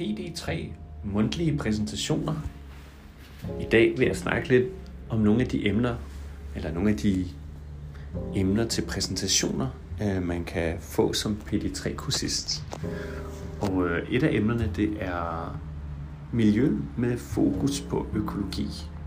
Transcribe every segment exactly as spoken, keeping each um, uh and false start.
P D tre mundtlige præsentationer. I dag vil jeg snakke lidt om nogle af de emner, eller nogle af de emner til præsentationer, man kan få som P D tre kursist. Og et af emnerne, det er miljø med fokus på økologi.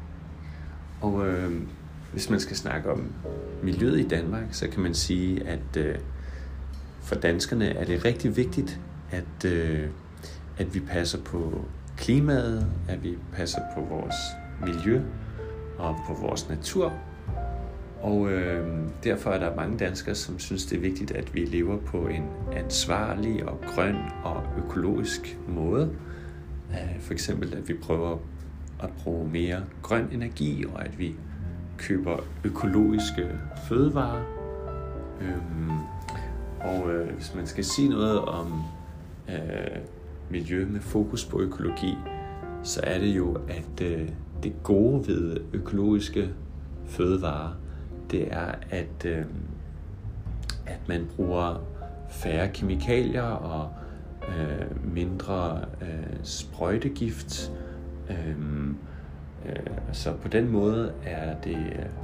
Og øh, hvis man skal snakke om miljøet i Danmark, så kan man sige, at øh, for danskerne er det rigtig vigtigt, at, øh, at vi passer på klimaet, at vi passer på vores miljø og på vores natur. Og øh, derfor er der mange danskere, som synes, det er vigtigt, at vi lever på en ansvarlig og grøn og økologisk måde. For eksempel, at vi prøver at bruge mere grøn energi, og at vi køber økologiske fødevarer. Øhm, og øh, hvis man skal sige noget om øh, miljø med fokus på økologi, så er det jo, at øh, det gode ved økologiske fødevarer, det er, at, øh, at man bruger færre kemikalier og øh, mindre øh, sprøjtegift. Øhm, øh, så på den måde er det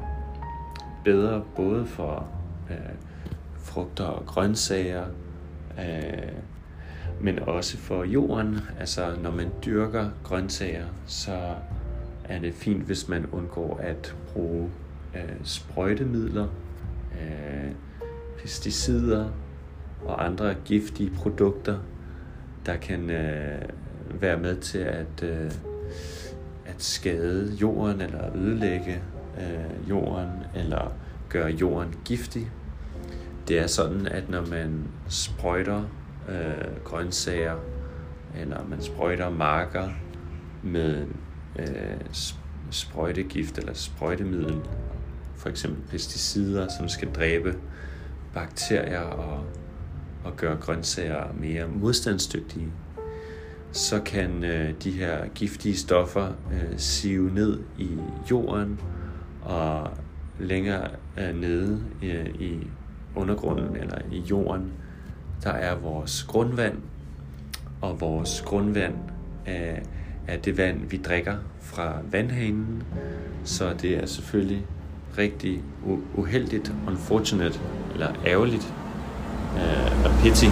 bedre både for øh, frugter og grøntsager, øh, men også for jorden. Altså når man dyrker grøntsager, så er det fint, hvis man undgår at bruge øh, sprøjtemidler, øh, pesticider og andre giftige produkter, der kan øh, være med til at øh, at skade jorden eller ødelægge øh, jorden eller gøre jorden giftig. Det er sådan, at når man sprøjter øh, grøntsager eller man sprøjter marker med øh, sprøjtegift eller sprøjtemiddel, for eksempel pesticider, som skal dræbe bakterier og, og gøre grøntsager mere modstandsdygtige, så kan øh, de her giftige stoffer øh, sive ned i jorden og længere øh, nede øh, i undergrunden eller i jorden, der er vores grundvand, og vores grundvand er, er det vand, vi drikker fra vandhanen, så det er selvfølgelig rigtig u- uheldigt, unfortunate eller ærgerligt øh, og pity.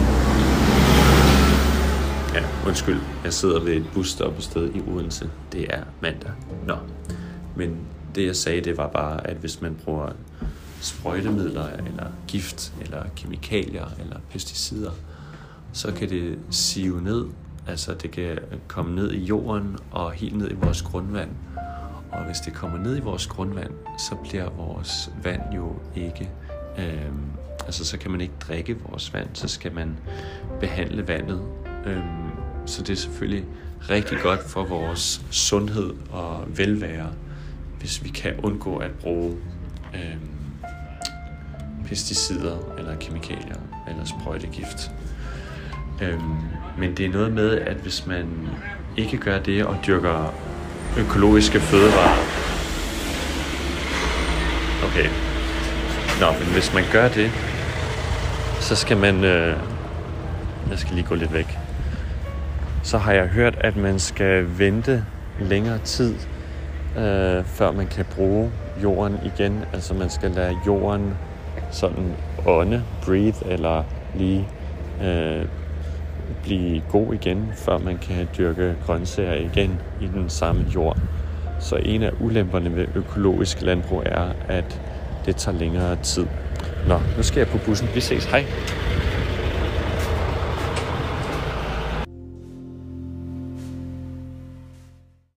Ja, undskyld, jeg sidder ved et busstoppested i Odense. Det er mandag. Nå, men det jeg sagde, det var bare, at hvis man bruger sprøjtemidler, eller gift, eller kemikalier, eller pesticider, så kan det sive ned. Altså det kan komme ned i jorden og helt ned i vores grundvand. Og hvis det kommer ned i vores grundvand, så bliver vores vand jo ikke... Øh, altså så kan man ikke drikke vores vand, så skal man behandle vandet. Øhm, så det er selvfølgelig rigtig godt for vores sundhed og velvære, hvis vi kan undgå at bruge øhm, pesticider eller kemikalier eller sprøjtegift. Øhm, men det er noget med, at hvis man ikke gør det og dyrker økologiske fødevarer. Okay. Nå, men hvis man gør det, så skal man... Øh, jeg skal lige gå lidt væk. Så har jeg hørt, at man skal vente længere tid, øh, før man kan bruge jorden igen. Altså man skal lade jorden sådan ånde, breathe, eller lige øh, blive god igen, før man kan dyrke grøntsager igen i den samme jord. Så en af ulemperne ved økologisk landbrug er, at det tager længere tid. Nå, nu skal jeg på bussen. Vi ses. Hej.